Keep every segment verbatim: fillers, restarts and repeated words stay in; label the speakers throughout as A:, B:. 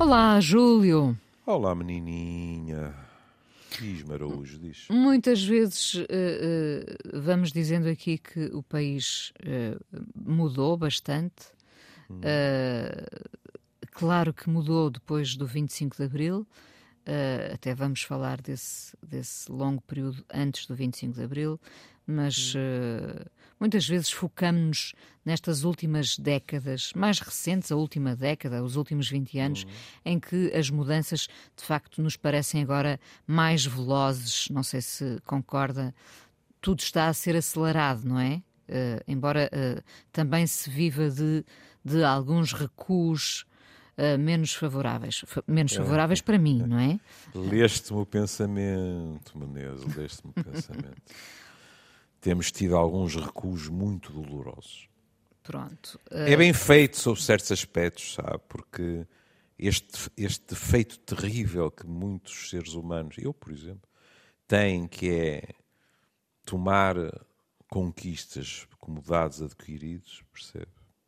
A: Olá, Júlio.
B: Olá, menininha. Diz-me, Araújo, diz.
A: Muitas vezes uh, uh, vamos dizendo aqui que o país uh, mudou bastante.
B: Hum.
A: Uh, claro que mudou depois do vinte e cinco de Abril. Uh, até vamos falar desse, desse longo período antes do vinte e cinco de Abril. Mas uh, muitas vezes focamos-nos nestas últimas décadas, mais recentes, a última década, os últimos vinte anos, uhum. em que as mudanças, de facto, nos parecem agora mais velozes. Não sei se concorda. Tudo está a ser acelerado, não é? Uh, embora uh, também se viva de, de alguns recuos uh, menos favoráveis. F- menos favoráveis é, para mim, é. não é?
B: Leste-me o pensamento, Menezes, leste-me o pensamento. Temos tido alguns recuos muito dolorosos.
A: Pronto. Uh...
B: É bem feito sob certos aspectos, sabe? Porque este, este defeito terrível que muitos seres humanos, eu, por exemplo, têm, que é tomar conquistas como dados adquiridos, percebe?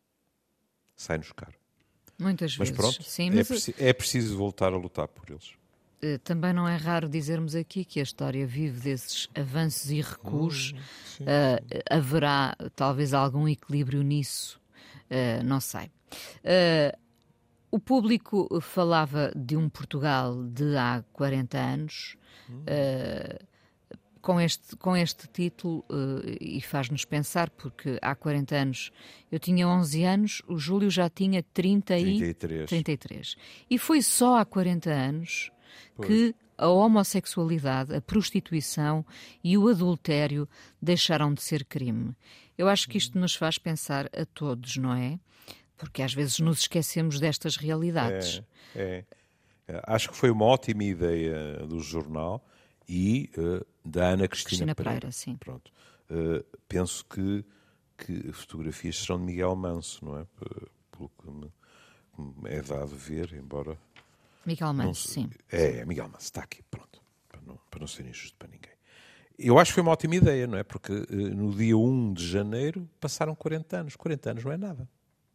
B: Sai-nos caro.
A: Muitas
B: mas
A: vezes.
B: Pronto,
A: Sim,
B: é,
A: mas
B: preci- é preciso voltar a lutar por eles.
A: Também não é raro dizermos aqui que a história vive desses avanços e recuos. Hum, sim, sim. Uh, haverá talvez algum equilíbrio nisso, uh, não sei. Uh, o público falava de um Portugal de há quarenta anos, uh, com, este, com este título, uh, e faz-nos pensar, porque há quarenta anos eu tinha onze anos, o Júlio já tinha trinta e...
B: trinta e três.
A: trinta e três. E foi só há quarenta anos
B: Pois.
A: que a homossexualidade, a prostituição e o adultério deixaram de ser crime. Eu acho que isto nos faz pensar a todos, não é? Porque às vezes nos esquecemos destas realidades.
B: É, é. Acho que foi uma ótima ideia do jornal e uh, da Ana Cristina,
A: Cristina Pereira.
B: Pereira.
A: Sim.
B: Pronto. Uh, penso que, que fotografias serão de Miguel Manso, não é? Pelo que me, me é dado ver, embora...
A: Miguel Manso, sim.
B: É, é, Miguel Manso, está aqui, pronto, para não, para não ser injusto para ninguém. Eu acho que foi uma ótima ideia, não é? Porque uh, no dia um de janeiro passaram quarenta anos. quarenta anos não é nada.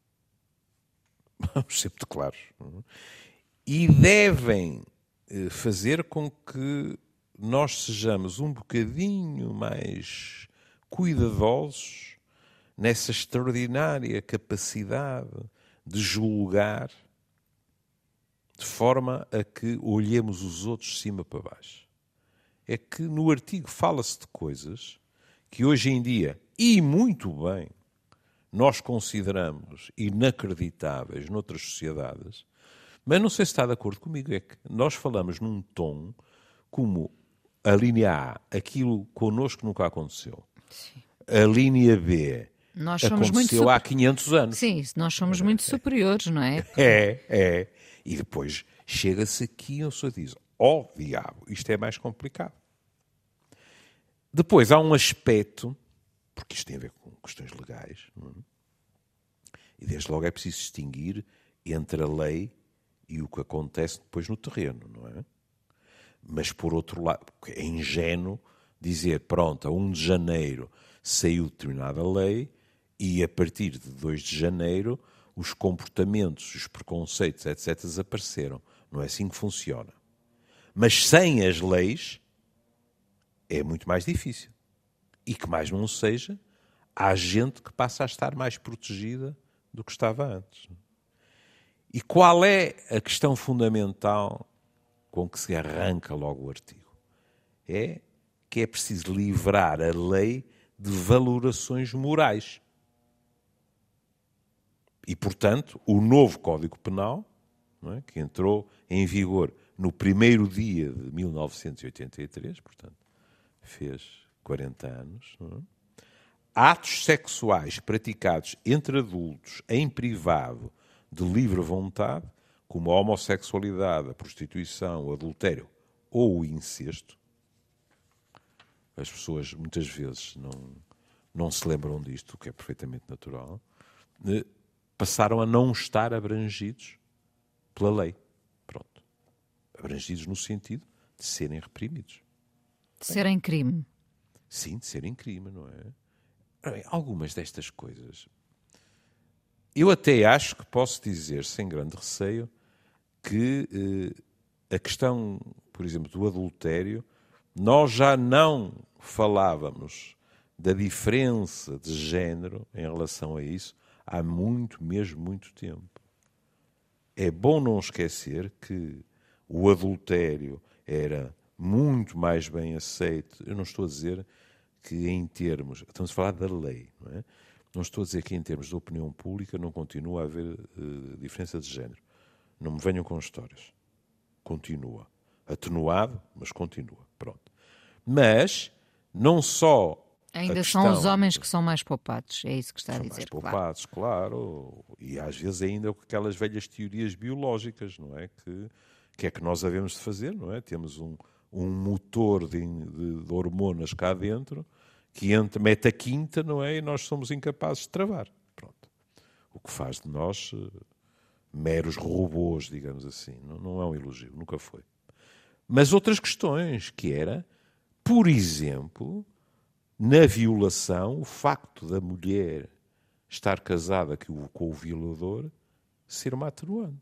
B: Vamos ser muito claros. Não é? E devem uh, fazer com que nós sejamos um bocadinho mais cuidadosos nessa extraordinária capacidade de julgar de forma a que olhemos os outros de cima para baixo. É que no artigo fala-se de coisas que hoje em dia, e muito bem, nós consideramos inacreditáveis noutras sociedades, mas não sei se está de acordo comigo, é que nós falamos num tom como a linha A, aquilo connosco nunca aconteceu.
A: Sim.
B: A linha B,
A: nós somos
B: aconteceu
A: muito
B: há quinhentos anos.
A: Sim, nós somos muito superiores, não é?
B: É, é. E depois chega-se aqui e o senhor diz, ó oh, diabo, isto é mais complicado. Depois há um aspecto, porque isto tem a ver com questões legais, não é? E desde logo é preciso distinguir entre a lei e o que acontece depois no terreno, não é? Mas por outro lado, é ingênuo dizer, pronto, a um de janeiro saiu determinada lei e a partir de dois de janeiro os comportamentos, os preconceitos, etcétera, desapareceram. Não é assim que funciona. Mas sem as leis é muito mais difícil. E que mais não seja, há gente que passa a estar mais protegida do que estava antes. E qual é a questão fundamental com que se arranca logo o artigo? É que é preciso livrar a lei de valorações morais. E, portanto, o novo Código Penal, não é, que entrou em vigor no primeiro dia de mil novecentos e oitenta e três, portanto, fez quarenta anos, não é? Atos sexuais praticados entre adultos em privado de livre vontade, como a homossexualidade, a prostituição, o adultério ou o incesto, as pessoas muitas vezes não, não se lembram disto, o que é perfeitamente natural, passaram a não estar abrangidos pela lei. Pronto. Abrangidos no sentido de serem reprimidos.
A: De serem crime.
B: Sim, de serem crime, não é? Bem, algumas destas coisas, eu até acho que posso dizer, sem grande receio, que eh, a questão, por exemplo, do adultério, nós já não falávamos da diferença de género em relação a isso há muito, mesmo muito tempo. É bom não esquecer que o adultério era muito mais bem aceito. Eu não estou a dizer que em termos... Estamos a falar da lei, não é? Não estou a dizer que em termos de opinião pública não continua a haver uh, diferença de género. Não me venham com histórias. Continua. Atenuado, mas continua. Pronto. Mas, não só...
A: Ainda são os homens que são mais poupados, é isso que está a dizer.
B: São mais poupados, claro. claro. E às vezes ainda com aquelas velhas teorias biológicas, não é? Que, que é que nós havemos de fazer, não é? Temos um, um motor de, de, de hormonas cá dentro que entra, mete a quinta, não é? E nós somos incapazes de travar. Pronto. O que faz de nós uh, meros robôs, digamos assim. Não, não é um elogio, nunca foi. Mas outras questões, que era, por exemplo... Na violação, o facto da mulher estar casada com o violador ser uma atenuante.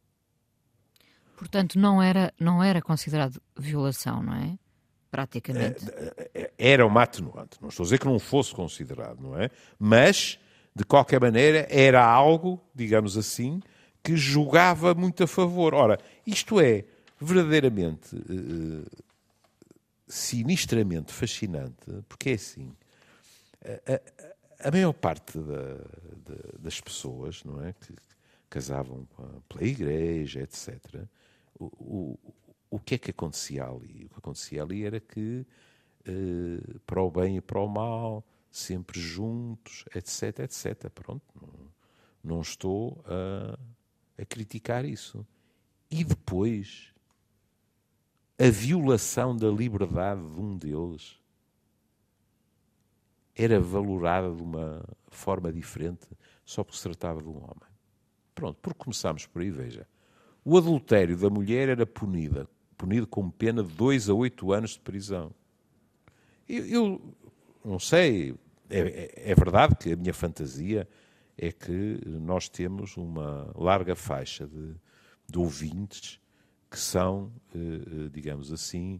A: Portanto, não era, não era considerado violação, não é? Praticamente.
B: Era uma atenuante. Não estou a dizer que não fosse considerado, não é? Mas, de qualquer maneira, era algo, digamos assim, que jogava muito a favor. Ora, isto é verdadeiramente... Uh, sinistramente fascinante, porque é assim, a, a, a maior parte da, da, das pessoas, não é, que casavam pela igreja, etcétera, o, o, o que é que acontecia ali? O que acontecia ali era que, eh, para o bem e para o mal, sempre juntos, etc, etcétera. Pronto, não, não estou a, a criticar isso. E depois... a violação da liberdade de um deles era valorada de uma forma diferente só porque se tratava de um homem. Pronto, porque começámos por aí, veja. O adultério da mulher era punido, punido com pena de dois a oito anos de prisão. Eu, eu não sei, é, é, é verdade que a minha fantasia é que nós temos uma larga faixa de, de ouvintes que são, digamos assim,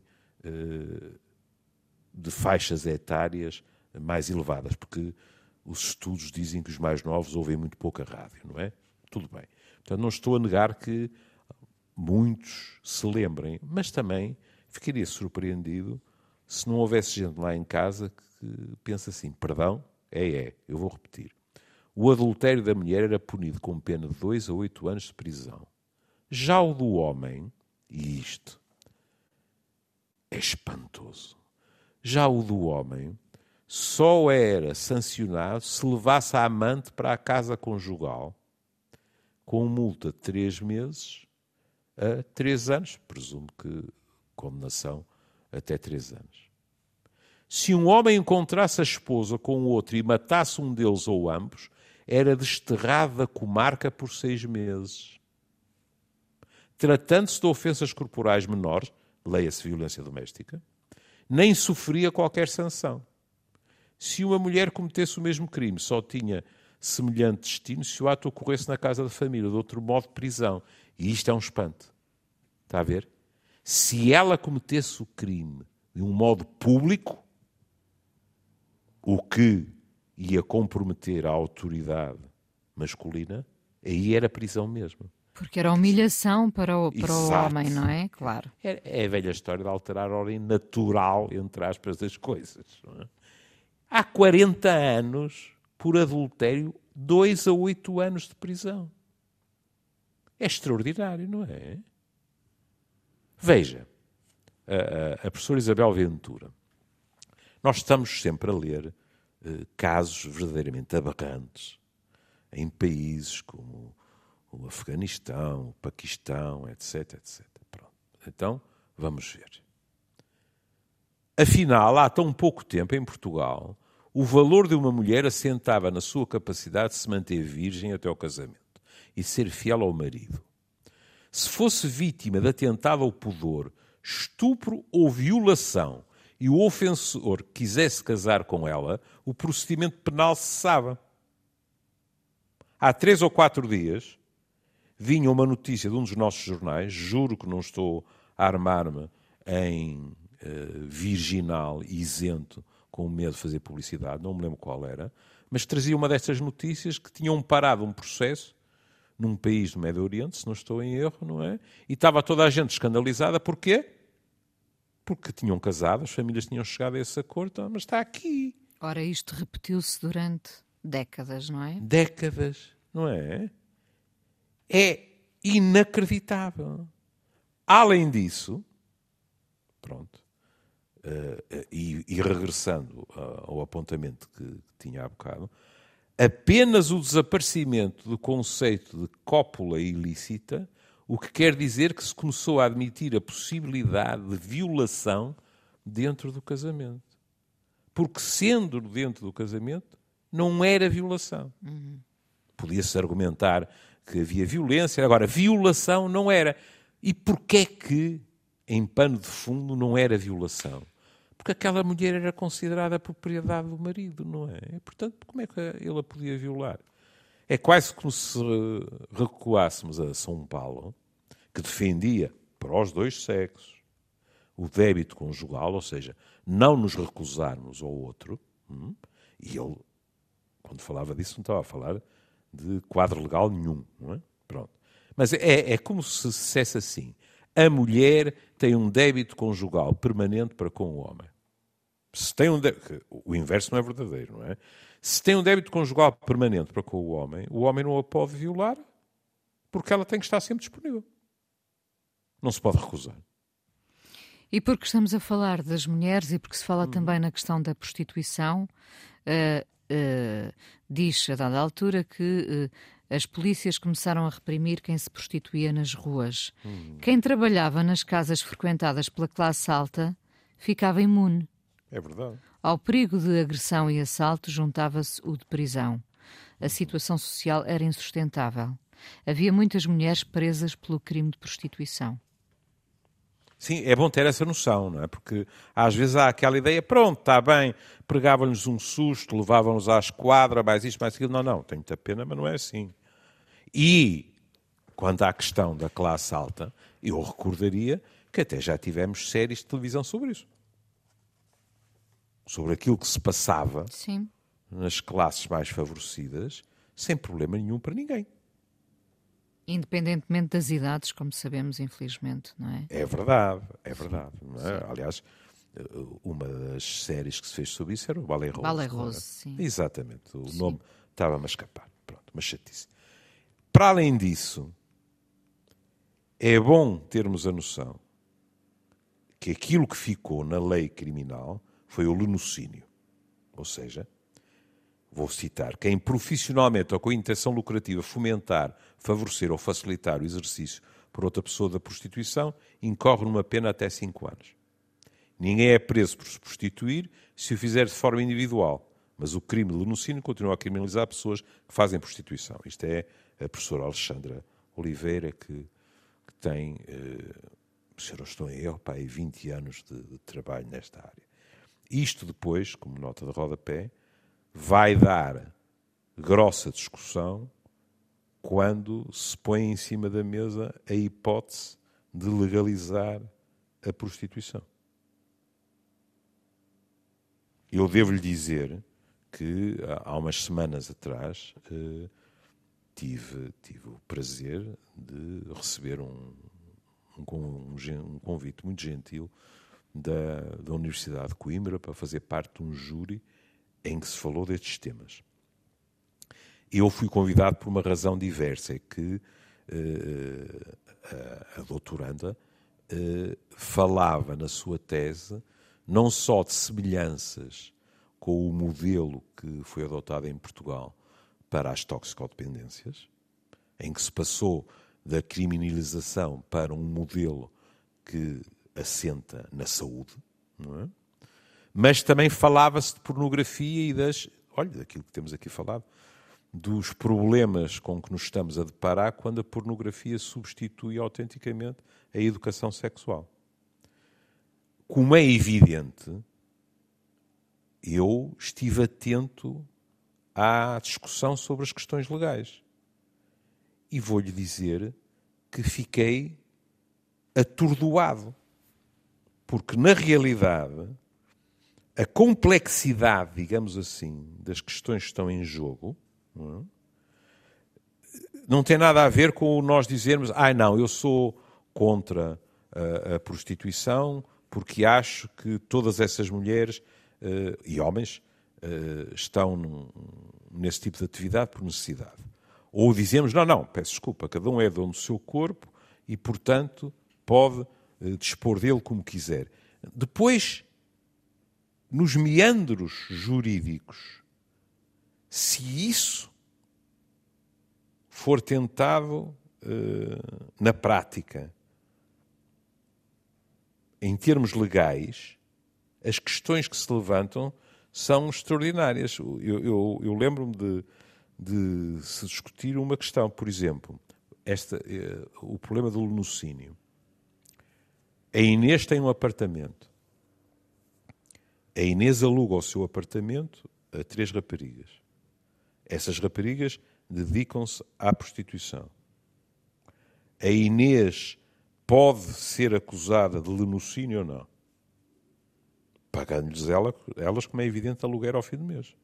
B: de faixas etárias mais elevadas, porque os estudos dizem que os mais novos ouvem muito pouca rádio, não é? Tudo bem. Portanto, não estou a negar que muitos se lembrem, mas também ficaria surpreendido se não houvesse gente lá em casa que pensa assim, perdão, é, é, eu vou repetir. O adultério da mulher era punido com pena de dois a oito anos de prisão. Já o do homem... E isto é espantoso. Já o do homem só era sancionado se levasse a amante para a casa conjugal com multa de três meses a três anos. Presumo que condenação até três anos. Se um homem encontrasse a esposa com outro e matasse um deles ou ambos, era desterrado da comarca por seis meses. Tratando-se de ofensas corporais menores, leia-se violência doméstica, nem sofria qualquer sanção. Se uma mulher cometesse o mesmo crime, só tinha semelhante destino se o ato ocorresse na casa da família, de outro modo, prisão. E isto é um espanto. Está a ver? Se ela cometesse o crime de um modo público, o que ia comprometer a autoridade masculina, aí era prisão mesmo.
A: Porque era humilhação para o, para o homem, não é? Claro.
B: É, é a velha história de alterar a ordem natural, entre aspas, das coisas. Não é? Há quarenta anos, por adultério, dois a oito anos de prisão. É extraordinário, não é? Veja, a, a, a professora Isabel Ventura. Nós estamos sempre a ler eh, casos verdadeiramente aberrantes em países como o Afeganistão, o Paquistão, etc, etcétera. Pronto. Então, vamos ver. Afinal, há tão pouco tempo em Portugal, o valor de uma mulher assentava na sua capacidade de se manter virgem até ao casamento e ser fiel ao marido. Se fosse vítima de atentado ao pudor, estupro ou violação e o ofensor quisesse casar com ela, o procedimento penal cessava. Há três ou quatro dias, vinha uma notícia de um dos nossos jornais, juro que não estou a armar-me em uh, virginal e isento, com medo de fazer publicidade, não me lembro qual era, mas trazia uma destas notícias que tinham parado um processo num país do Médio Oriente, se não estou em erro, não é? E estava toda a gente escandalizada. Porquê? Porque tinham casado, as famílias tinham chegado a esse acordo, mas está aqui.
A: Ora, isto repetiu-se durante décadas, não é?
B: Décadas, não é? É inacreditável. Além disso, pronto, uh, e, e regressando uh, ao apontamento que, que tinha há bocado, apenas o desaparecimento do conceito de cópula ilícita, o que quer dizer que se começou a admitir a possibilidade de violação dentro do casamento. Porque sendo dentro do casamento, não era violação. Uhum. Podia-se argumentar que havia violência, agora, violação não era. E porquê que, em pano de fundo, não era violação? Porque aquela mulher era considerada propriedade do marido, não é? E, portanto, como é que ele a podia violar? É quase como se recuássemos a São Paulo, que defendia, para os dois sexos, o débito conjugal, ou seja, não nos recusarmos ao outro. Hum? E ele, quando falava disso, não estava a falar de quadro legal nenhum. Não é? Pronto. Mas é, é como se dissesse assim, a mulher tem um débito conjugal permanente para com o homem. Se tem um débito, o inverso não é verdadeiro, não é? Se tem um débito conjugal permanente para com o homem, o homem não a pode violar porque ela tem que estar sempre disponível. Não se pode recusar.
A: E porque estamos a falar das mulheres e porque se fala hum. também na questão da prostituição, uh, uh, diz a dada altura que uh, as polícias começaram a reprimir quem se prostituía nas ruas. Hum. Quem trabalhava nas casas frequentadas pela classe alta ficava imune.
B: É verdade.
A: Ao perigo de agressão e assalto juntava-se o de prisão. A situação social era insustentável. Havia muitas mulheres presas pelo crime de prostituição.
B: Sim, é bom ter essa noção, não é? Porque às vezes há aquela ideia, pronto, está bem, pregavam-lhes um susto, levavam-nos à esquadra, mais isto, mais aquilo. Não, não, tenho muita pena, mas não é assim. E, quanto à questão da classe alta, eu recordaria que até já tivemos séries de televisão sobre isso. Sobre aquilo que se passava
A: Sim.
B: nas classes mais favorecidas, sem problema nenhum para ninguém.
A: Independentemente das idades, como sabemos, infelizmente, não é?
B: É verdade, é verdade. Não é? Aliás, uma das séries que se fez sobre isso era o Ballet Rose.
A: Ballet Rose, sim.
B: Exatamente, o
A: sim.
B: nome estava-me a escapar. Pronto, uma chatice. Para além disso, é bom termos a noção que aquilo que ficou na lei criminal foi o lenocínio. Ou seja, vou citar, quem profissionalmente ou com intenção lucrativa fomentar, favorecer ou facilitar o exercício por outra pessoa da prostituição, incorre numa pena até cinco anos. Ninguém é preso por se prostituir se o fizer de forma individual, mas o crime de lenocínio continua a criminalizar pessoas que fazem prostituição. Isto é a professora Alexandra Oliveira, que, que tem, eh, se eu não estou em erro, pá, vinte anos de, de trabalho nesta área. Isto depois, como nota de rodapé, vai dar grossa discussão quando se põe em cima da mesa a hipótese de legalizar a prostituição. Eu devo-lhe dizer que há umas semanas atrás eh, tive, tive o prazer de receber um, um, um, um convite muito gentil da, da Universidade de Coimbra para fazer parte de um júri em que se falou destes temas. Eu fui convidado por uma razão diversa, é que uh, a, a doutoranda uh, falava na sua tese não só de semelhanças com o modelo que foi adotado em Portugal para as toxicodependências, em que se passou da criminalização para um modelo que assenta na saúde, não é? Mas também falava-se de pornografia e das, olha, daquilo que temos aqui falado, dos problemas com que nos estamos a deparar quando a pornografia substitui autenticamente a educação sexual. Como é evidente, eu estive atento à discussão sobre as questões legais. e vou-lhe dizer que fiquei atordoado. Porque, na realidade, a complexidade, digamos assim, das questões que estão em jogo não, é? Não tem nada a ver com nós dizermos ah, não, eu sou contra a, a prostituição porque acho que todas essas mulheres uh, e homens uh, estão num, nesse tipo de atividade por necessidade. Ou dizemos, não, não, peço desculpa, cada um é dono do seu corpo e, portanto, pode uh, dispor dele como quiser. Depois, nos meandros jurídicos, se isso for tentado uh, na prática, em termos legais, as questões que se levantam são extraordinárias. Eu, eu, eu lembro-me de, de se discutir uma questão, por exemplo, esta, uh, o problema do lenocínio. A Inês tem um apartamento. A Inês aluga o seu apartamento a três raparigas. Essas raparigas dedicam-se à prostituição. A Inês pode ser acusada de lenocínio ou não? Pagando-lhes ela, elas, como é evidente, aluguer ao fim do mês.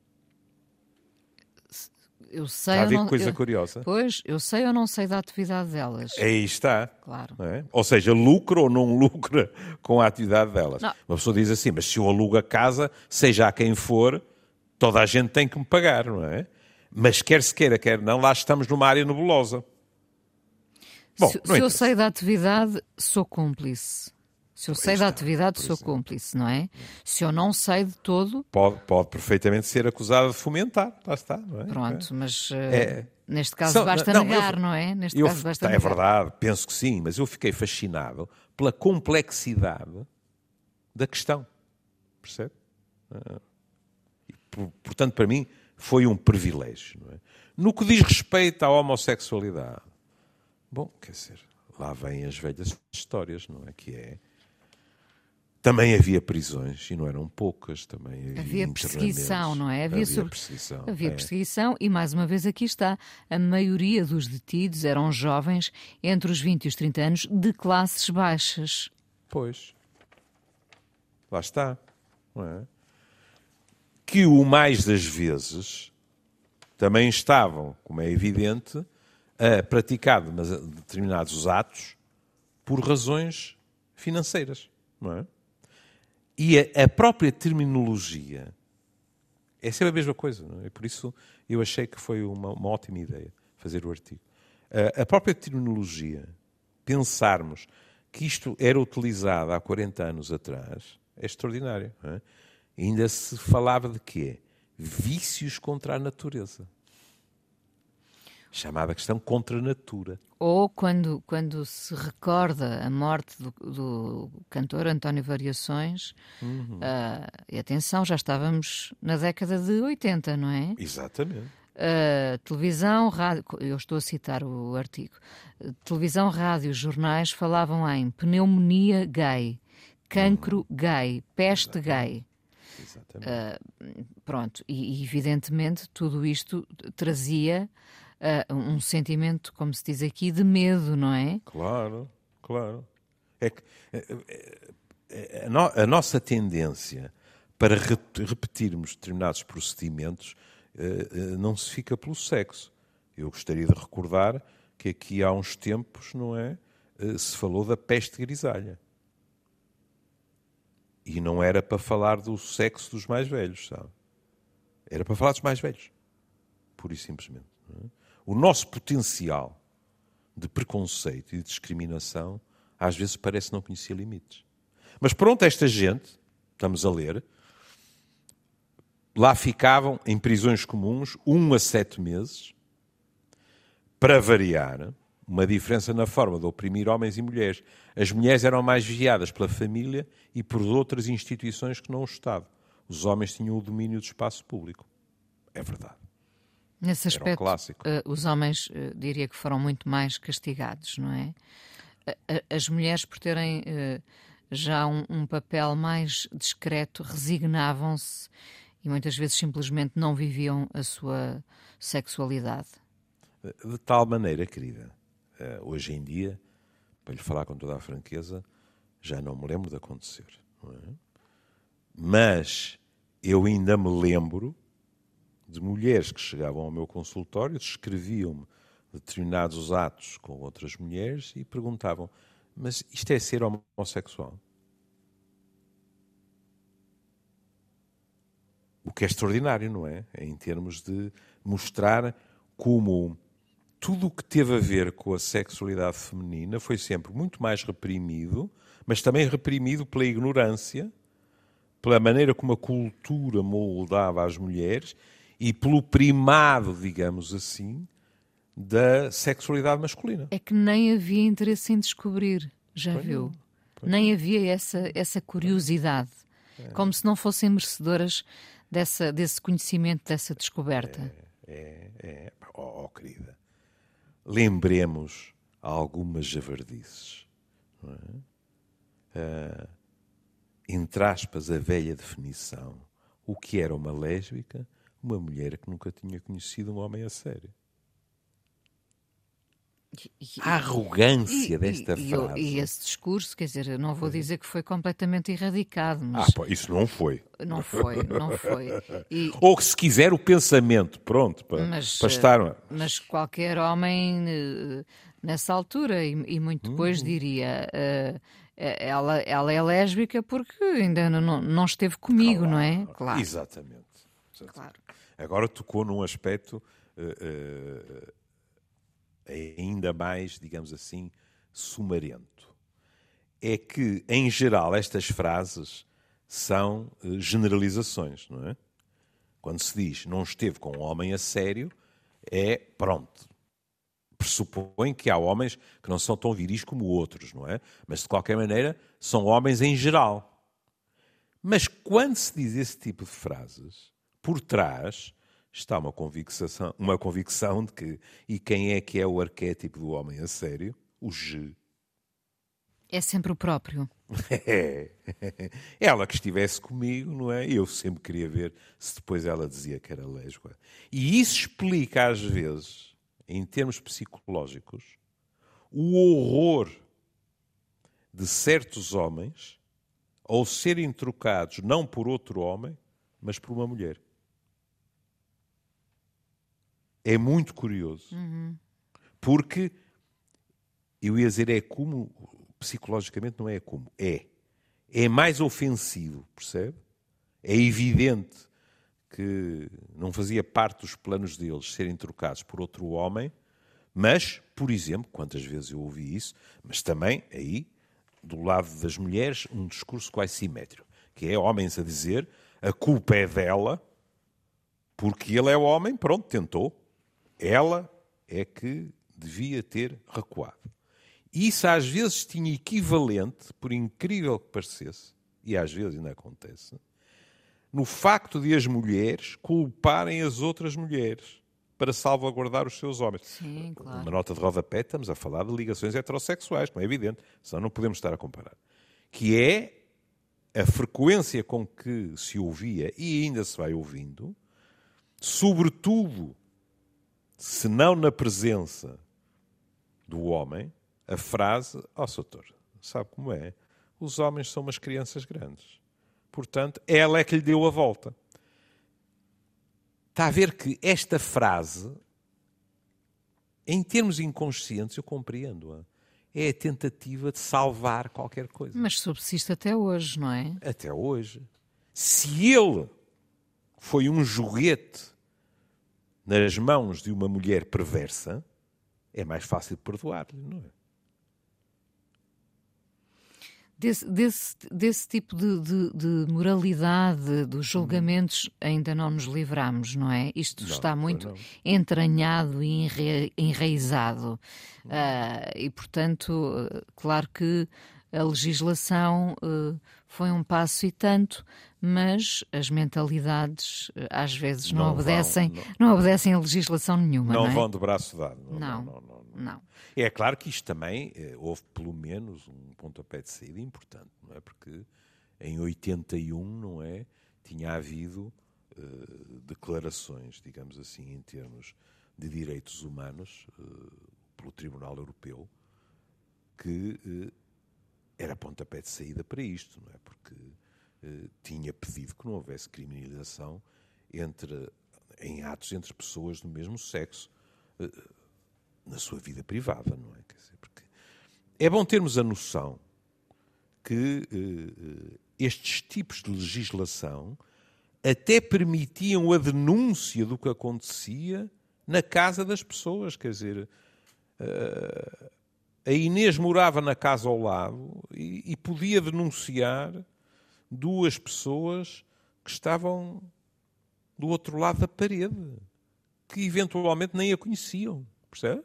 A: Eu sei
B: Está a ver
A: não,
B: que coisa
A: eu,
B: curiosa?
A: Pois, eu sei ou não sei da atividade delas.
B: Aí está.
A: Claro.
B: Não é? Ou seja, lucra ou não lucra com a atividade delas.
A: Não.
B: Uma pessoa diz assim, mas se eu alugo a casa, seja a quem for, toda a gente tem que me pagar, não é? Mas quer se queira, quer não, lá estamos numa área nebulosa. Bom,
A: se se eu sei da atividade, sou cúmplice. Se eu sei da atividade, sou cúmplice, não é? Se eu não sei de todo...
B: Pode, pode perfeitamente ser acusado de fomentar, lá está, não é?
A: Pronto, mas uh,
B: É.
A: neste caso
B: São,
A: basta
B: não,
A: negar,
B: eu,
A: não é? Neste
B: eu,
A: caso basta
B: é
A: negar.
B: verdade, penso que sim, mas eu fiquei fascinado pela complexidade da questão, percebe? Uh, por, portanto, para mim, foi um privilégio, não é? No que diz respeito à homossexualidade, bom, quer dizer, lá vêm as velhas histórias, não é? Que é... Também havia prisões, e não eram poucas, também havia,
A: havia perseguição, não é? Havia,
B: havia
A: sobre...
B: perseguição.
A: Havia
B: é.
A: perseguição e, mais uma vez, aqui está. A maioria dos detidos eram jovens entre os vinte e os trinta anos de classes baixas.
B: Pois. Lá está. Não é? Que o mais das vezes também estavam, como é evidente, a praticar determinados atos por razões financeiras, não é? E a, a própria terminologia é sempre a mesma coisa, não é? Por isso eu achei que foi uma, uma ótima ideia fazer o artigo. A, a própria terminologia, pensarmos que isto era utilizado há quarenta anos atrás, é extraordinário. Não é? Ainda se falava de quê? Vícios contra a natureza. Chamada questão contra a natura.
A: Ou quando, quando se recorda a morte do, do cantor António Variações, uhum. uh, e atenção, já estávamos na década de oitenta, não é?
B: Exatamente.
A: Uh, televisão, rádio, eu estou a citar o artigo, uh, televisão, rádio, jornais falavam em pneumonia gay, cancro uhum. gay, peste Exatamente. gay.
B: Exatamente.
A: Uh, pronto, e, e evidentemente tudo isto trazia uh, um sentimento, como se diz aqui, de medo, não é?
B: Claro, claro. É que a, no, a nossa tendência para re, repetirmos determinados procedimentos uh, uh, não se fica pelo sexo. Eu gostaria de recordar que aqui há uns tempos, não é, uh, se falou da peste grisalha. E não era para falar do sexo dos mais velhos, sabe? Era para falar dos mais velhos. Pura e simplesmente. Não é? O nosso potencial de preconceito e de discriminação às vezes parece não conhecer limites. Mas pronto, esta gente, estamos a ler, lá ficavam em prisões comuns um a sete meses, para variar, uma diferença na forma de oprimir homens e mulheres. As mulheres eram mais vigiadas pela família e por outras instituições que não o Estado. Os homens tinham o domínio do espaço público. É verdade.
A: Nesse aspecto, uh, os homens, uh, diria que foram muito mais castigados, não é? As mulheres, por terem uh, já um, um papel mais discreto, resignavam-se e muitas vezes simplesmente não viviam a sua sexualidade.
B: De tal maneira, querida, hoje em dia, para lhe falar com toda a franqueza, já não me lembro de acontecer. Não é? Mas eu ainda me lembro de mulheres que chegavam ao meu consultório, descreviam-me determinados atos com outras mulheres e perguntavam: mas isto é ser homossexual? O que é extraordinário, não é? Em termos de mostrar como tudo o que teve a ver com a sexualidade feminina foi sempre muito mais reprimido, mas também reprimido pela ignorância, pela maneira como a cultura moldava as mulheres e pelo primado, digamos assim, da sexualidade masculina.
A: É que nem havia interesse em descobrir, já
B: Pois
A: viu?
B: não, pois
A: Nem
B: não.
A: havia essa, essa curiosidade. É. Como se não fossem merecedoras dessa, desse conhecimento, dessa descoberta.
B: É, é, é. Oh, oh, querida, lembremos algumas javardices. Não é? Uh, entre aspas, a velha definição. O que era uma lésbica? Uma mulher que nunca tinha conhecido um homem a sério. A arrogância
A: e,
B: desta
A: e,
B: frase.
A: E esse discurso, quer dizer, eu não vou dizer que foi completamente erradicado, mas...
B: Ah, pô, isso não foi.
A: Não foi, não foi. E,
B: Ou que se quiser o pensamento, pronto, para,
A: mas,
B: para estar...
A: Mas qualquer homem nessa altura, e, e muito depois
B: uhum.
A: diria, uh, ela, ela é lésbica porque ainda não, não esteve comigo,
B: claro,
A: não é?
B: Claro. Exatamente. Exatamente.
A: Claro.
B: Agora tocou num aspecto... Uh, uh, ainda mais, digamos assim, sumarento. É que, em geral, estas frases são uh, generalizações, não é? Quando se diz não esteve com um homem a sério, é pronto. Pressupõe que há homens que não são tão viris como outros, não é? Mas, de qualquer maneira, são homens em geral. Mas quando se diz esse tipo de frases, por trás está uma convicção, uma convicção de que... E quem é que é o arquétipo do homem a sério? O G.
A: É sempre o próprio.
B: É. Ela que estivesse comigo, não é? Eu sempre queria ver se depois ela dizia que era lésbica. E isso explica, às vezes, em termos psicológicos, o horror de certos homens ao serem trocados não por outro homem, mas por uma mulher. É muito curioso.
A: Uhum.
B: Porque, eu ia dizer é como, psicologicamente não é como, é. É mais ofensivo, percebe? É evidente que não fazia parte dos planos deles serem trocados por outro homem, mas, por exemplo, quantas vezes eu ouvi isso, mas também, aí, do lado das mulheres, um discurso quase simétrico, que é homens a dizer a culpa é dela, porque ele é o homem, pronto, tentou. Ela é que devia ter recuado. Isso às vezes tinha equivalente, por incrível que parecesse, e às vezes ainda acontece, no facto de as mulheres culparem as outras mulheres para salvaguardar os seus homens.
A: Sim, claro.
B: Uma nota de rodapé, estamos a falar de ligações heterossexuais, como é evidente, senão não podemos estar a comparar. Que é a frequência com que se ouvia, e ainda se vai ouvindo, sobretudo, se não na presença do homem, a frase, ó, oh, doutor, sabe como é? Os homens são umas crianças grandes. Portanto, ela é que lhe deu a volta. Está a ver que esta frase, em termos inconscientes, eu compreendo-a. É a tentativa de salvar qualquer coisa.
A: Mas subsiste até hoje, não é?
B: Até hoje. Se ele foi um joguete nas mãos de uma mulher perversa, é mais fácil perdoar-lhe, não é?
A: Desse, desse, desse tipo de, de, de moralidade, dos julgamentos, hum. ainda não nos livramos, não é? Isto não, está muito não. entranhado e enra, enraizado. Hum. Uh, e, portanto, uh, claro que a legislação uh, foi um passo e tanto, mas as mentalidades uh, às vezes não, não obedecem, vão, não, não obedecem a legislação nenhuma. Não,
B: não
A: é?
B: vão de braço dado.
A: Não, não, não. não, não.
B: não. É claro que isto também eh, houve pelo menos um pontapé de saída importante, não é? Porque em oitenta e um, não é, tinha havido uh, declarações, digamos assim, em termos de Direitos Humanos, pelo Tribunal Europeu, que era pontapé de saída para isto, não é? Porque tinha pedido que não houvesse criminalização entre, em atos entre pessoas do mesmo sexo, na sua vida privada, não é? Quer dizer, porque é bom termos a noção que uh, estes tipos de legislação até permitiam a denúncia do que acontecia na casa das pessoas. Quer dizer, uh, a Inês morava na casa ao lado e, e podia denunciar duas pessoas que estavam do outro lado da parede, que eventualmente nem a conheciam, percebe?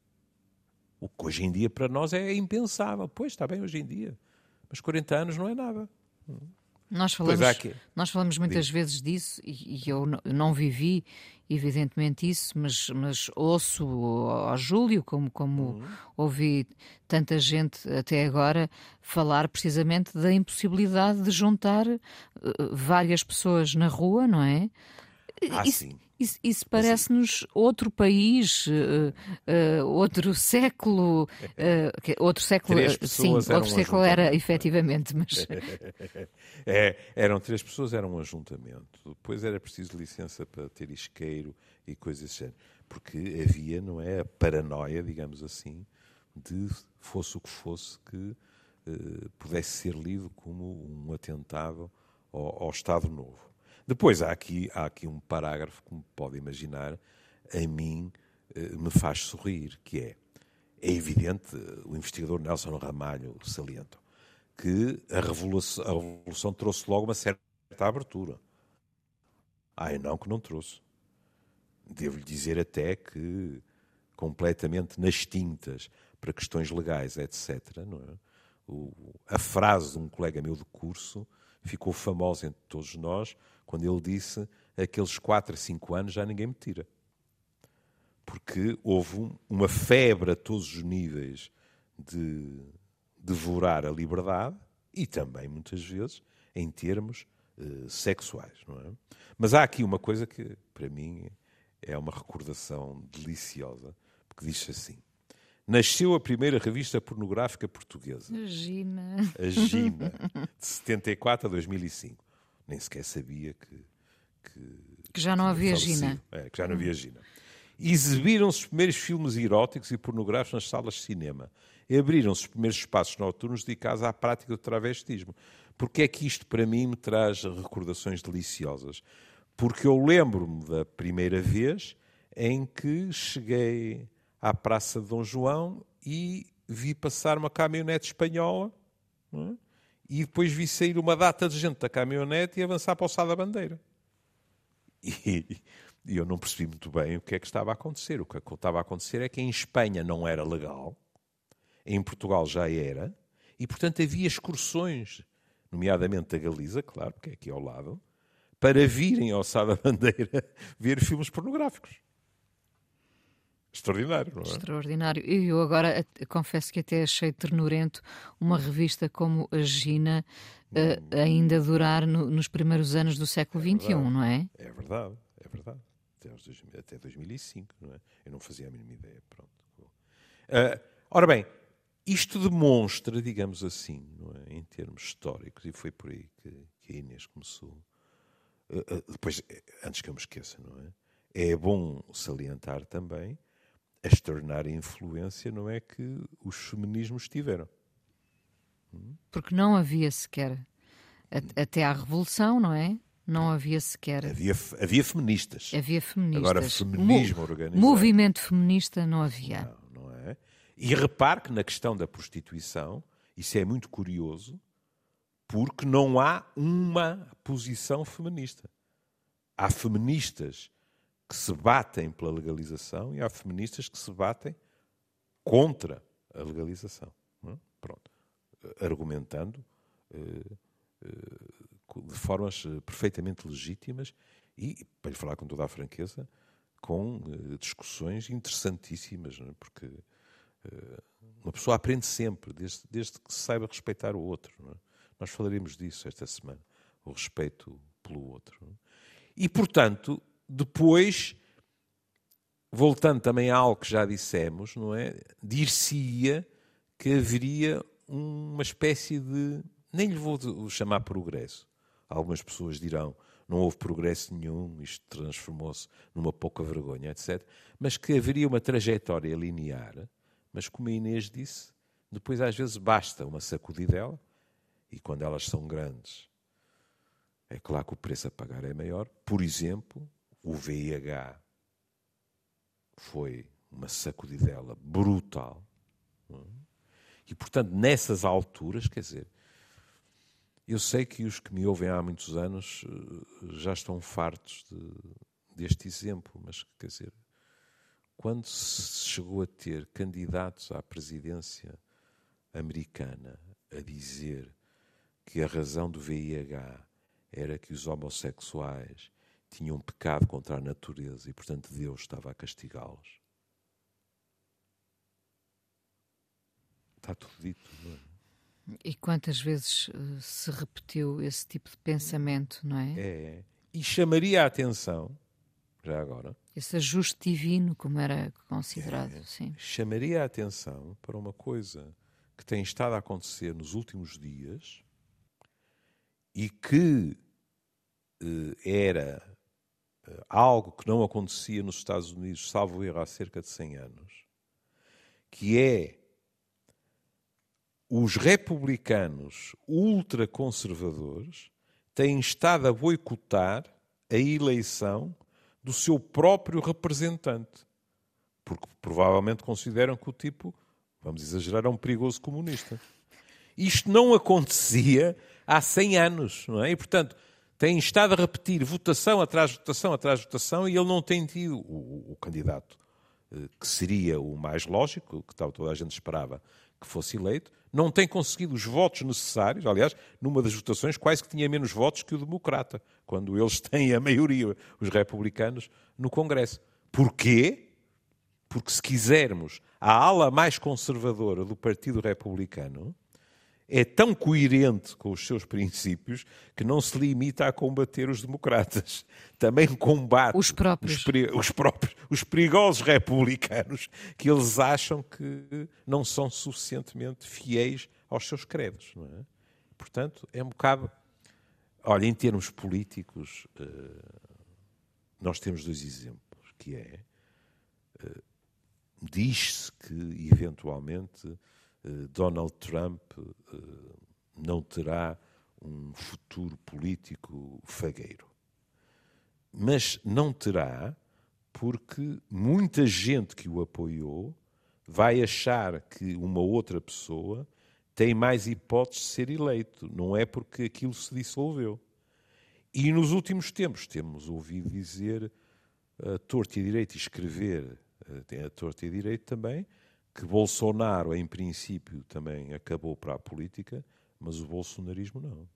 B: O que hoje em dia para nós é impensável. Pois, está bem hoje em dia. Mas quarenta anos não é nada.
A: Nós falamos, nós falamos muitas Digo. vezes disso, e, e eu, não, eu não vivi, evidentemente, isso, mas, mas ouço ao Júlio, como, como uhum. ouvi tanta gente até agora, falar precisamente da impossibilidade de juntar uh, várias pessoas na rua, não é?
B: Ah,
A: isso,
B: sim.
A: Isso, isso parece-nos outro país, uh, uh, outro século, uh, outro século, sim, outro século era efetivamente, mas...
B: é, eram três pessoas, era um ajuntamento. Depois era preciso licença para ter isqueiro e coisas assim, porque havia, não é, a paranoia, digamos assim, de fosse o que fosse que uh, pudesse ser lido como um atentado ao, ao Estado Novo. Depois há aqui, há aqui um parágrafo, como pode imaginar, a mim me faz sorrir, que é, é evidente, o investigador Nelson Ramalho salienta, que a revolução, a revolução trouxe logo uma certa abertura. Ah, eu não que não trouxe. Devo-lhe dizer até que, completamente nas tintas, para questões legais, etcétera, não é? O, a frase de um colega meu de curso ficou famosa entre todos nós, quando ele disse, aqueles quatro a cinco anos já ninguém me tira. Porque houve um, uma febre a todos os níveis de devorar a liberdade e também, muitas vezes, em termos uh, sexuais. Não é? Mas há aqui uma coisa que, para mim, é uma recordação deliciosa, porque diz assim: nasceu a primeira revista pornográfica portuguesa.
A: A Gina.
B: A Gina, de setenta e quatro a dois mil e cinco. Nem sequer sabia que... Que,
A: que já não havia
B: falecido.
A: Gina.
B: É, que já não havia Gina. Exibiram-se os primeiros filmes eróticos e pornográficos nas salas de cinema. E abriram-se os primeiros espaços noturnos dedicados à prática do travestismo. Porque é que isto, para mim, me traz recordações deliciosas? Porque eu lembro-me da primeira vez em que cheguei à Praça de Dom João e vi passar uma caminhonete espanhola, não é? E depois vi sair uma data de gente da caminhonete e avançar para o Sá da Bandeira. E, e eu não percebi muito bem o que é que estava a acontecer. O que estava a acontecer é que em Espanha não era legal, em Portugal já era, e portanto havia excursões, nomeadamente da Galiza, claro, porque é aqui ao lado, para virem ao Sá da Bandeira ver filmes pornográficos. Extraordinário, não é?
A: Extraordinário. E eu agora confesso que até achei ternurento uma revista como a Gina uh, ainda durar no, nos primeiros anos do século é vinte e um, não é?
B: É verdade, é verdade. Até, aos dois, até dois mil e cinco, não é? Eu não fazia a mínima ideia. Pronto. Uh, ora bem, isto demonstra, digamos assim, não é? Em termos históricos, e foi por aí que, que a Inês começou. Uh, uh, depois, antes que eu me esqueça, não é? É bom salientar também a extraordinária influência, não é, que os feminismos tiveram.
A: Porque não havia sequer, até à Revolução, não é? Não havia sequer...
B: Havia, havia feministas.
A: Havia feministas.
B: Agora, feminismo Mo- organizado...
A: Movimento feminista não havia.
B: Não, não é? E repare que na questão da prostituição, isso é muito curioso, porque não há uma posição feminista. Há feministas que se batem pela legalização e há feministas que se batem contra a legalização. Não é? Pronto. Argumentando uh, uh, de formas perfeitamente legítimas e, para lhe falar com toda a franqueza, com uh, discussões interessantíssimas, não é? Porque uh, uma pessoa aprende sempre, desde, desde que se saiba respeitar o outro. Não é? Nós falaremos disso esta semana, o respeito pelo outro. Não é? E, portanto, depois voltando também a algo que já dissemos, não é? Dir-se-ia que haveria uma espécie de... Nem lhe vou chamar progresso. Algumas pessoas dirão, não houve progresso nenhum, isto transformou-se numa pouca vergonha, etcétera. Mas que haveria uma trajetória linear, mas como a Inês disse, depois às vezes basta uma sacudidela, e quando elas são grandes, é claro que o preço a pagar é maior. Por exemplo, o V I H foi uma sacudidela brutal. Não é? E, portanto, nessas alturas, quer dizer, eu sei que os que me ouvem há muitos anos já estão fartos de, deste exemplo, mas, quer dizer, quando se chegou a ter candidatos à presidência americana a dizer que a razão do V I H era que os homossexuais tinham pecado contra a natureza e, portanto, Deus estava a castigá-los. Está tudo dito, não é?
A: E quantas vezes uh, se repetiu esse tipo de pensamento, não é?
B: É. E chamaria a atenção, já agora...
A: Esse ajuste divino, como era considerado,
B: é,
A: sim.
B: Chamaria a atenção para uma coisa que tem estado a acontecer nos últimos dias e que uh, era uh, algo que não acontecia nos Estados Unidos, salvo erro, há cerca de cem anos, que é os republicanos ultraconservadores têm estado a boicotar a eleição do seu próprio representante, porque provavelmente consideram que o tipo, vamos exagerar, é um perigoso comunista. Isto não acontecia há cem anos, não é? E, portanto, têm estado a repetir votação atrás de votação atrás de votação e ele não tem tido o, o candidato que seria o mais lógico, que toda a gente esperava que fosse eleito, não tem conseguido os votos necessários. Aliás, numa das votações quase que tinha menos votos que o democrata, quando eles têm a maioria, os republicanos, no Congresso. Porquê? Porque se quisermos, a ala mais conservadora do Partido Republicano é tão coerente com os seus princípios que não se limita a combater os democratas. Também combate
A: os próprios,
B: os, os, próprios, os perigosos republicanos que eles acham que não são suficientemente fiéis aos seus credos. Não é? Portanto, é um bocado... Olha, em termos políticos, nós temos dois exemplos, que é... Diz-se que, eventualmente... Donald Trump não terá um futuro político fagueiro. Mas não terá porque muita gente que o apoiou vai achar que uma outra pessoa tem mais hipóteses de ser eleito. Não é porque aquilo se dissolveu. E nos últimos tempos temos ouvido dizer a torto e direito e escrever a torto e direito também, que Bolsonaro, em princípio, também acabou para a política, mas o bolsonarismo não.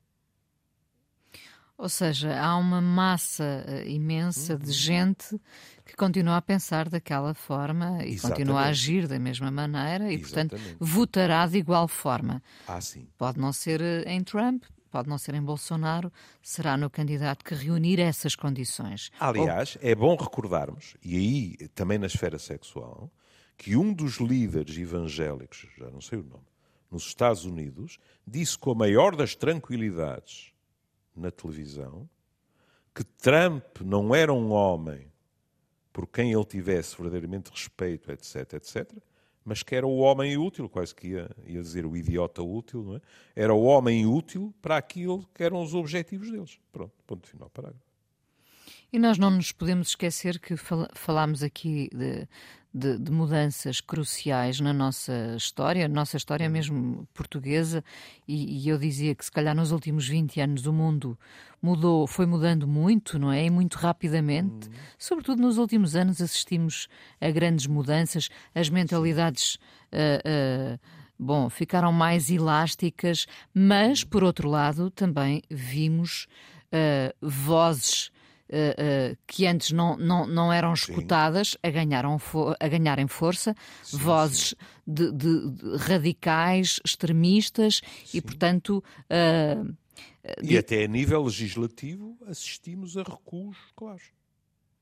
A: Ou seja, há uma massa uh, imensa uhum. de gente que continua a pensar daquela forma e Exatamente. Continua a agir da mesma maneira e, Exatamente. Portanto, votará de igual forma.
B: Ah, sim.
A: Pode não ser em Trump, pode não ser em Bolsonaro, será no candidato que reunir essas condições.
B: Aliás, Ou... é bom recordarmos, e aí também na esfera sexual, que um dos líderes evangélicos, já não sei o nome, nos Estados Unidos, disse com a maior das tranquilidades na televisão que Trump não era um homem por quem ele tivesse verdadeiramente respeito, etc, etcétera, mas que era o homem útil, quase que ia, ia dizer o idiota útil, não é? Era o homem útil para aquilo que eram os objetivos deles. Pronto, ponto final, parágrafo.
A: E nós não nos podemos esquecer que fal- falámos aqui de, de, de mudanças cruciais na nossa história, nossa história mesmo portuguesa, e, e eu dizia que se calhar nos últimos vinte anos o mundo mudou, foi mudando muito, não é? E muito rapidamente. Hum. Sobretudo nos últimos anos assistimos a grandes mudanças, as mentalidades... Uh, uh, bom, ficaram mais elásticas, mas, por outro lado, também vimos uh, vozes Uh, uh, que antes não, não, não eram escutadas a, ganharam fo- a ganharem força, sim, vozes sim. De, de, de radicais, extremistas sim. e, portanto... Uh,
B: e de... até a nível legislativo assistimos a recuos, claro.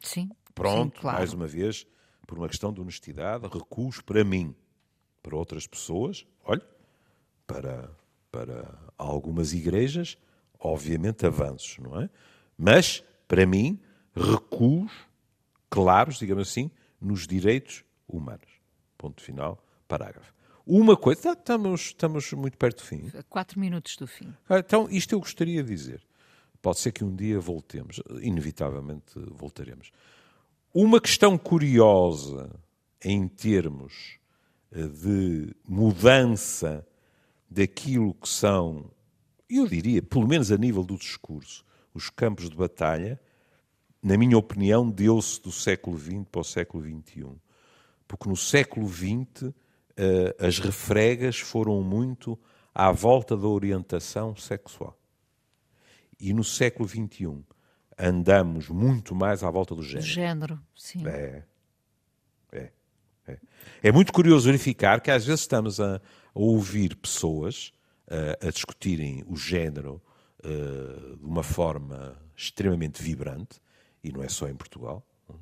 A: Sim.
B: Pronto,
A: sim, claro.
B: mais uma vez, por uma questão de honestidade, recuos para mim. Para outras pessoas, olha, para, para algumas igrejas, obviamente avanços, não é? Mas, para mim, recuos claros, digamos assim, nos direitos humanos. Ponto final, parágrafo. Uma coisa, estamos, estamos muito perto do fim.
A: Quatro minutos do fim.
B: Então, isto eu gostaria de dizer. Pode ser que um dia voltemos, inevitavelmente voltaremos. Uma questão curiosa em termos de mudança daquilo que são, eu diria, pelo menos a nível do discurso, os campos de batalha, na minha opinião, deu-se do século vinte para o século vinte e um. Porque no século vinte as refregas foram muito à volta da orientação sexual. E no século vinte e um andamos muito mais à volta do género.
A: Do género, sim.
B: É, é, é. É muito curioso verificar que às vezes estamos a, a ouvir pessoas a, a discutirem o género uh, de uma forma extremamente vibrante, e não é só em Portugal, uh,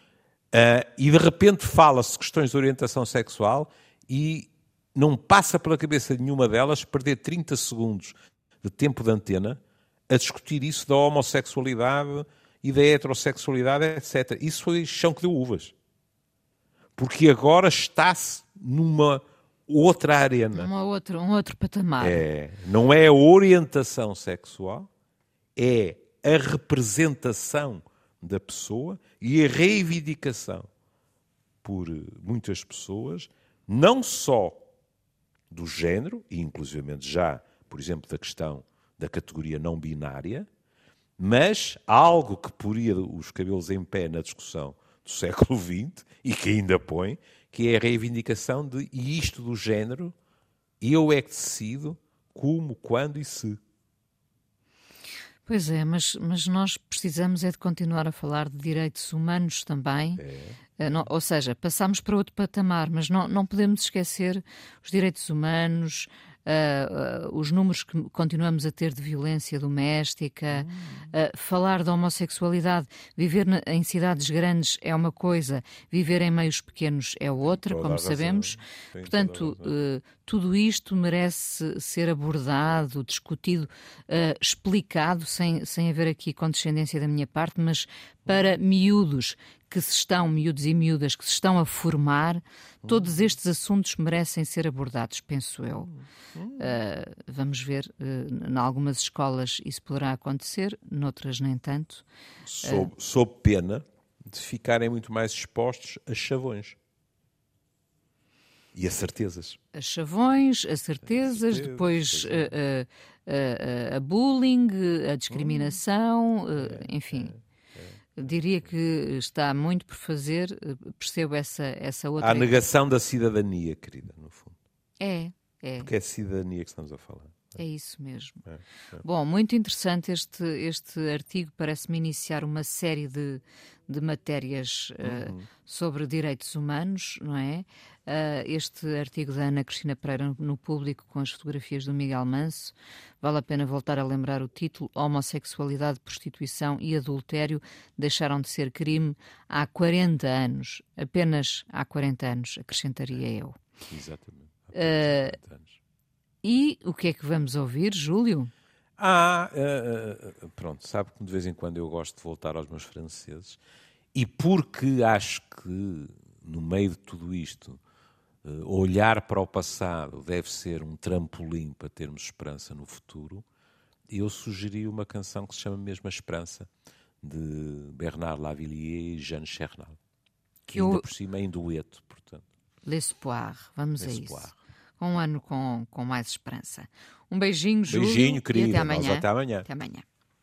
B: e de repente fala-se de questões de orientação sexual e não passa pela cabeça de nenhuma delas perder trinta segundos de tempo de antena a discutir isso da homossexualidade e da heterossexualidade, etcétera. Isso foi chão que deu uvas. Porque agora está-se numa outra arena.
A: Uma outra, um outro patamar.
B: É, não é a orientação sexual, é a representação da pessoa e a reivindicação por muitas pessoas, não só do género, e inclusivamente já, por exemplo, da questão da categoria não binária, mas algo que poria os cabelos em pé na discussão do século vinte e que ainda põe, que é a reivindicação de e isto do género, eu é que decido como, quando e se.
A: Pois é, mas, mas nós precisamos é de continuar a falar de direitos humanos também.
B: É.
A: Não, ou seja, passamos para outro patamar, mas não, não podemos esquecer os direitos humanos, Uh, uh, os números que continuamos a ter de violência doméstica, uh, falar da homossexualidade, viver na, em cidades grandes é uma coisa, viver em meios pequenos é outra,
B: toda
A: como sabemos.
B: Sim,
A: Portanto, uh, tudo isto merece ser abordado, discutido, uh, explicado, sem, sem haver aqui condescendência da minha parte, mas para miúdos que se estão, miúdos e miúdas, que se estão a formar, todos estes assuntos merecem ser abordados, penso eu. Uh, vamos ver, uh, em algumas escolas isso poderá acontecer, noutras nem tanto.
B: Sob, uh, sob pena de ficarem muito mais expostos a chavões. E a certezas.
A: A chavões, a certezas, a certeza, depois a, a, a, a bullying, a discriminação, hum, é, enfim... É. Diria que está muito por fazer, percebo essa, essa outra...
B: A negação da cidadania, querida, no fundo.
A: É, é.
B: Porque é cidadania que estamos a falar.
A: É isso mesmo. É, é. Bom, muito interessante este, este artigo, parece-me iniciar uma série de, de matérias uhum. uh, sobre direitos humanos, não é? Uh, este artigo da Ana Cristina Pereira no Público, com as fotografias do Miguel Manso, vale a pena voltar a lembrar o título: Homossexualidade, Prostituição e Adultério deixaram de ser crime há quarenta anos. Apenas há quarenta anos, acrescentaria eu.
B: Exatamente. Há
A: quarenta uh, anos. E o que é que vamos ouvir, Júlio?
B: Ah, uh, uh, pronto, sabe que de vez em quando eu gosto de voltar aos meus franceses, e porque acho que no meio de tudo isto uh, olhar para o passado deve ser um trampolim para termos esperança no futuro, eu sugeri uma canção que se chama mesmo A Esperança, de Bernard Lavilliers e Jeanne Chernal, que ainda eu... por cima é em dueto, portanto.
A: L'Espoir, vamos
B: L'Espoir.
A: a isso. Um ano com, com mais esperança. Um beijinho, Júlio.
B: Beijinho, querida.
A: E até amanhã.
B: Nós até amanhã.
A: Até amanhã.